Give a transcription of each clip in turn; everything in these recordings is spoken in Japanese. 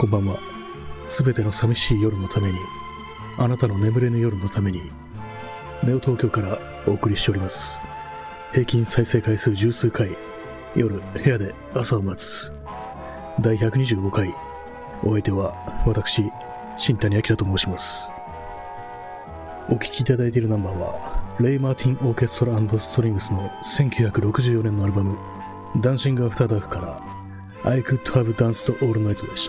こんばんは。すべての寂しい夜のために、あなたの眠れぬ夜のために、ネオ東京からお送りしております。平均再生回数十数回、夜部屋で朝を待つ第125回。お相手は私、新谷明と申します。お聴きいただいているナンバーはレイ・マーティン・オーケストラ&ストリングスの1964年のアルバムダンシング・アフター・ダークから I Could Have Danced All Night でした。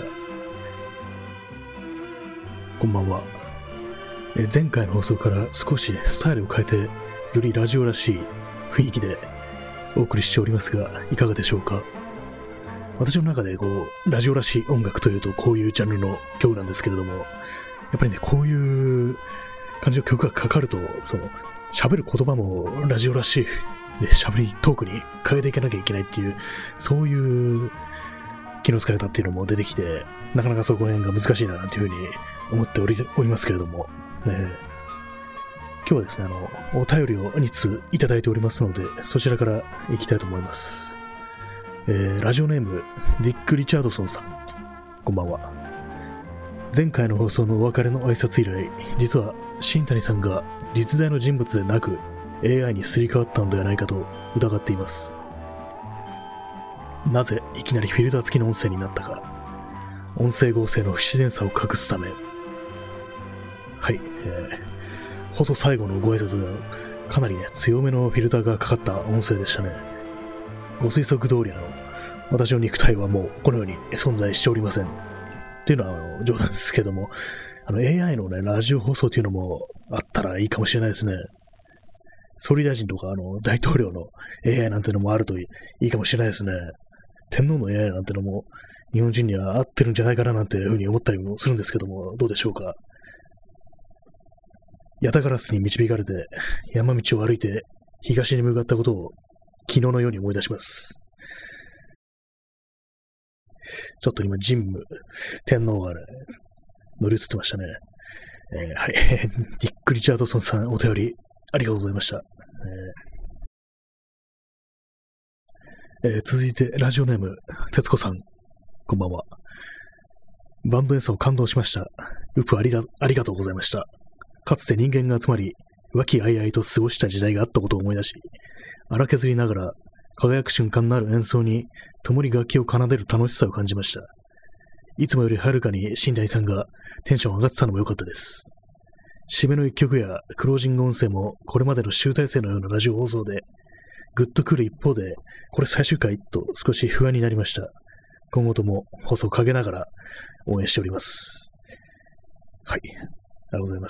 こんばんは。前回の放送から少しスタイルを変えてよりラジオらしい雰囲気でお送りしておりますが、いかがでしょうか。私の中でラジオらしい音楽というとこういうジャンルの曲なんですけれども、やっぱりね、こういう感じの曲がかかると、喋る言葉もラジオらしいで喋りトークに変えていかなきゃいけないっていう、そういう気の使い方っていうのも出てきて、なかなかそこら辺が難しいななんていうふうに思っておりますけれども、今日はですね、お便りを2通いただいておりますので、そちらからいきたいと思います。ラジオネームディック・リチャードソンさん、こんばんは。前回の放送のお別れの挨拶以来、実は新谷さんが実在の人物でなく AI にすり替わったのではないかと疑っています。なぜいきなりフィルター付きの音声になったか、音声合成の不自然さを隠すため。はい、放送最後のご挨拶がかなりね、強めのフィルターがかかった音声でしたね。ご推測通り私の肉体はもうこのように存在しておりませんっていうのは冗談ですけども、AI のね、ラジオ放送というのもあったらいいかもしれないですね。総理大臣とか大統領の AI なんてのもあるといいかもしれないですね。天皇の AI なんてのも日本人には合ってるんじゃないかななんていうふうに思ったりもするんですけども、どうでしょうか。ヤタガラスに導かれて山道を歩いて東に向かったことを昨日のように思い出します。ちょっと今神武天皇が、ね、乗り移ってましたね。はい。ディック・リチャードソンさん、お便りありがとうございました。続いてラジオネーム徹子さん、こんばんは。バンド演奏感動しました。ウプありがとうございました。かつて人間が集まり和気あいあいと過ごした時代があったことを思い出し、荒削りながら輝く瞬間のある演奏に共に楽器を奏でる楽しさを感じました。いつもよりはるかに新谷さんがテンション上がってたのも良かったです。締めの一曲やクロージング音声もこれまでの集大成のようなラジオ放送でグッとくる一方で、これ最終回と少し不安になりました。今後とも放送をかけながら応援しております。はい。ありがとうございます。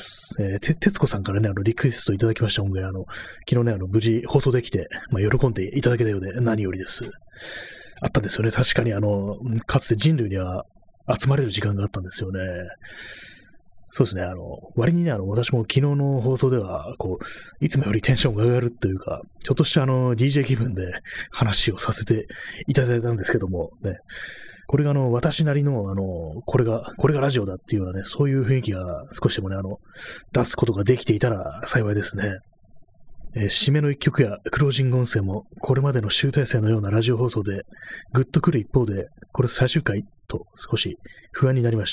徹子さんからね、リクエストいただきました音源、昨日ね、無事放送できて、喜んでいただけたようで何よりです。あったんですよね。確かにかつて人類には集まれる時間があったんですよね。そうですね。割にね、私も昨日の放送では、いつもよりテンションが上がるというか、ちょっとしたDJ 気分で話をさせていただいたんですけども、ね。これが私なりの、これがラジオだっていうようなね、そういう雰囲気が少しでもね、出すことができていたら幸いですね。締めの一曲やクロージング音声も、これまでの集大成のようなラジオ放送で、グッとくる一方で、これ最終回と少し不安になりました。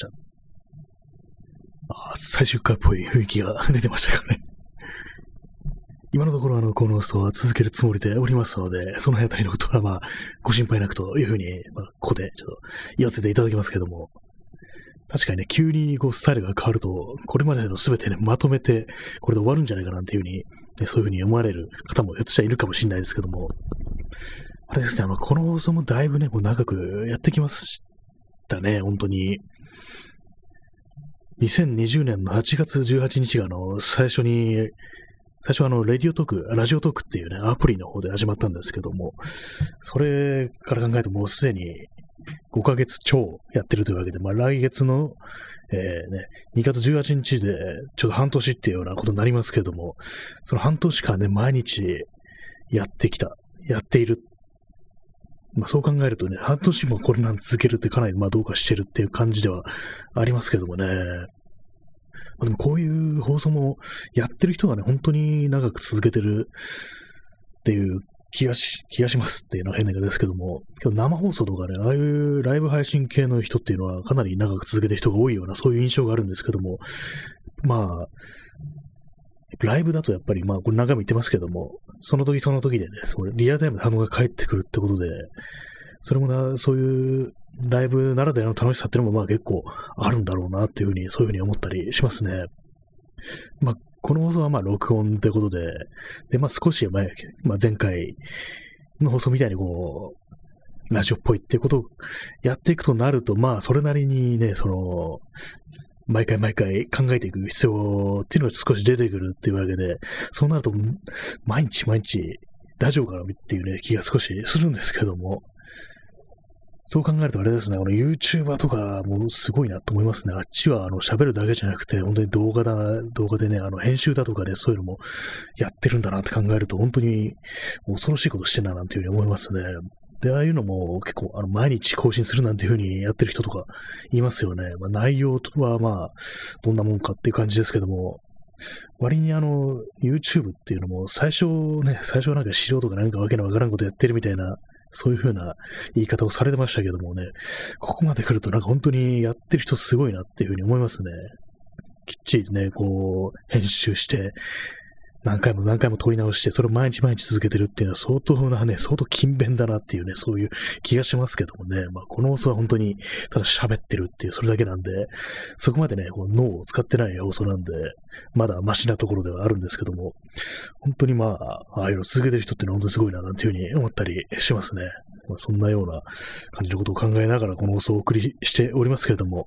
最終回っぽい雰囲気が出てましたからね。今のところこの放送は続けるつもりでおりますので、その辺あたりのことはご心配なくというふうに、ここでちょっと言わせていただきますけども、確かにね、急にスタイルが変わると、これまでの全てね、まとめて、これで終わるんじゃないかなっていうふうに、ね、そういうふうに思われる方もひょっとしたらいるかもしれないですけども、あれですね、この放送もだいぶね、もう長くやってきましたね、本当に。2020年の8月18日が最初レディオトーク、ラジオトークっていうね、アプリの方で始まったんですけども、それから考えるともうすでに5ヶ月超やってるというわけで、来月の、2月18日でちょうど半年っていうようなことになりますけども、その半年間ね、毎日やっている。そう考えるとね、半年もこれなん続けるってかなりどうかしてるっていう感じではありますけどもね。でもこういう放送もやってる人がね、本当に長く続けてるっていう気がしますっていうのは変な言い方ですけども、今日生放送とかね、ああいうライブ配信系の人っていうのはかなり長く続けてる人が多いような、そういう印象があるんですけども、まあ、ライブだとやっぱり、まあ、これ何回も言ってますけども、その時その時でね、リアルタイムで反応が返ってくるってことで、それもそういうライブならではの楽しさっていうのもまあ結構あるんだろうなっていうふうに、そういうふうに思ったりしますね。まあ、この放送はまあ録音ってことで、で、まあ少し前、前回の放送みたいにラジオっぽいっていうことをやっていくとなると、まあそれなりにね、毎回考えていく必要っていうのが少し出てくるっていうわけで、そうなると、毎日大丈夫かなっていうね、気が少しするんですけども、そう考えるとあれですね、YouTuber とかもすごいなと思いますね。あっちは喋るだけじゃなくて、本当に動画でね、編集だとかね、そういうのもやってるんだなって考えると、本当に恐ろしいことしてんななんていうふうに思いますね。で、ああいうのも結構、毎日更新するなんていう風にやってる人とかいますよね。まあ、内容はまあ、どんなもんかっていう感じですけども、割にYouTube っていうのも最初はなんか素人がなんかわけのわからんことやってるみたいな、そういう風な言い方をされてましたけどもね、ここまで来るとなんか本当にやってる人すごいなっていう風に思いますね。きっちりね、編集して、何回も撮り直して、それを毎日続けてるっていうのは相当勤勉だなっていうね、そういう気がしますけどもね。まあ、この放送は本当に、ただ喋ってるっていう、それだけなんで、そこまでね、脳を使ってない放送なんで、まだマシなところではあるんですけども、本当にまあ、ああいうの続けてる人っていうのは本当にすごいな、なんていうふうに思ったりしますね。まあ、そんなような感じのことを考えながら、この放送をお送りしておりますけれども、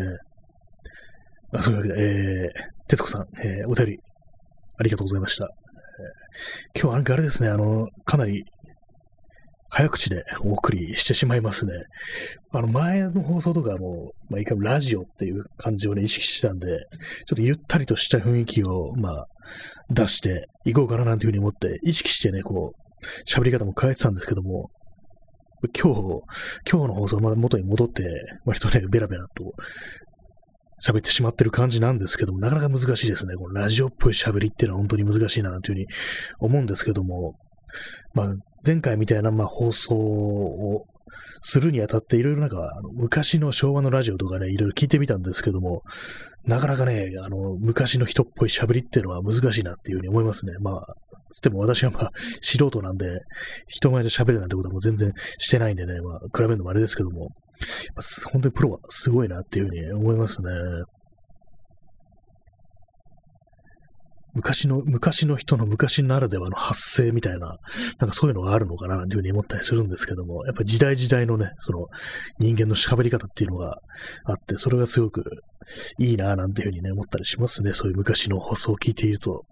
そういうわけで、徹子さん、お便り、ありがとうございました。今日はあれですね、かなり早口でお送りしてしまいますね。前の放送とかまあ、いかにラジオっていう感じをね、意識してたんで、ちょっとゆったりとした雰囲気を、まあ、出していこうかななんていうふうに思って、意識してね、喋り方も変えてたんですけども、今日の放送はまだ元に戻って、割とね、ベラベラと、喋ってしまってる感じなんですけども、なかなか難しいですね。このラジオっぽい喋りっていうのは本当に難しいな、なんていうふうに思うんですけども、まあ、前回みたいな、まあ、放送をするにあたって、いろいろなんか、昔の昭和のラジオとかね、いろいろ聞いてみたんですけども、なかなかね、昔の人っぽい喋りっていうのは難しいなっていうふうに思いますね。まあ、つっても私はまあ、素人なんで、人前で喋るなんてことはもう全然してないんでね、まあ、比べるのもあれですけども、本当にプロはすごいなっていうふうに思いますね。昔の人の昔ならではの発声みたいな、なんかそういうのがあるのかななんていうふうに思ったりするんですけども、やっぱ時代のね、人間の喋り方っていうのがあって、それがすごくいいななんていうふうにね、思ったりしますね。そういう昔の放送を聞いていると。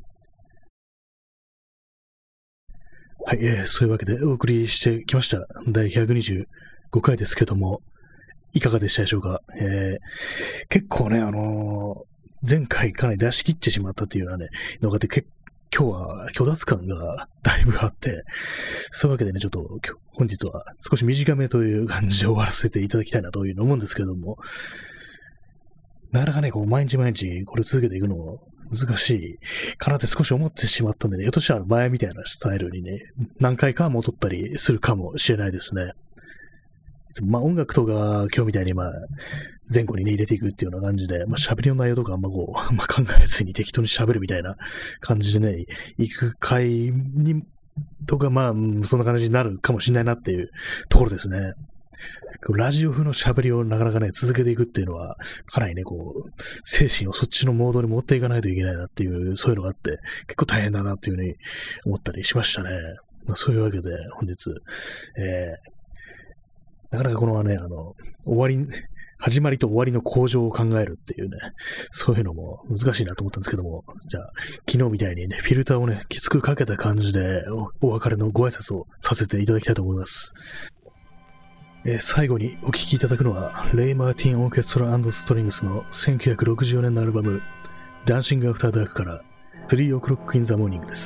はい、そういうわけでお送りしてきました。第125回ですけども、いかがでしたでしょうか。結構ね、前回かなり出し切ってしまったっていうようなね、のがあって、今日は虚脱感がだいぶあって、そういうわけでね、ちょっと本日は少し短めという感じで終わらせていただきたいなというの思うんですけども、なかなかね、毎日これ続けていくの難しいかなって少し思ってしまったんでね、ひょっとしたら前みたいなスタイルにね、何回か戻ったりするかもしれないですね。まあ音楽とか今日みたいにまあ前後にね入れていくっていうような感じで、まあ喋りの内容とかあんま考えずに適当に喋るみたいな感じでね、行く回に、とかまあそんな感じになるかもしれないなっていうところですね。ラジオ風の喋りをなかなかね、続けていくっていうのは、かなりね、精神をそっちのモードに持っていかないといけないなっていう、そういうのがあって、結構大変だなっていうふうに思ったりしましたね。まあ、そういうわけで、本日、なかなか始まりと終わりの向上を考えるっていうね、そういうのも難しいなと思ったんですけども、じゃあ、昨日みたいにね、フィルターをね、きつくかけた感じでお別れのご挨拶をさせていただきたいと思います。最後にお聴きいただくのは、レイ・マーティン・オーケストラ&ストリングスの1964年のアルバム、ダンシング・アフター・ダークから3 o'clock in the morning です。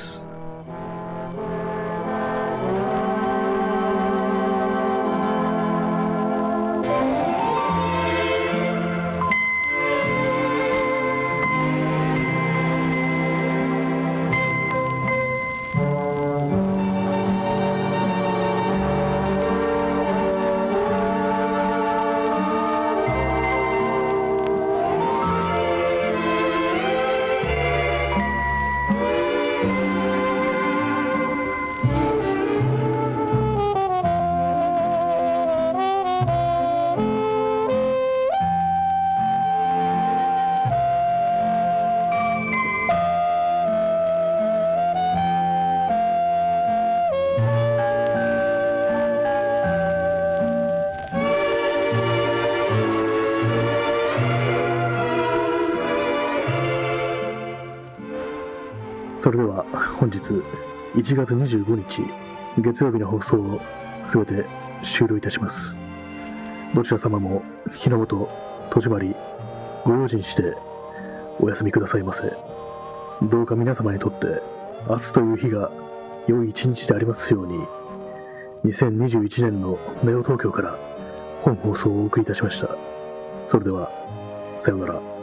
それでは本日1月25日月曜日の放送をすべて終了いたします。どちら様も火の元戸締まりご用心してお休みくださいませ。どうか皆様にとって明日という日が良い一日でありますように。2021年のネオ東京から本放送をお送りいたしました。それではさようなら。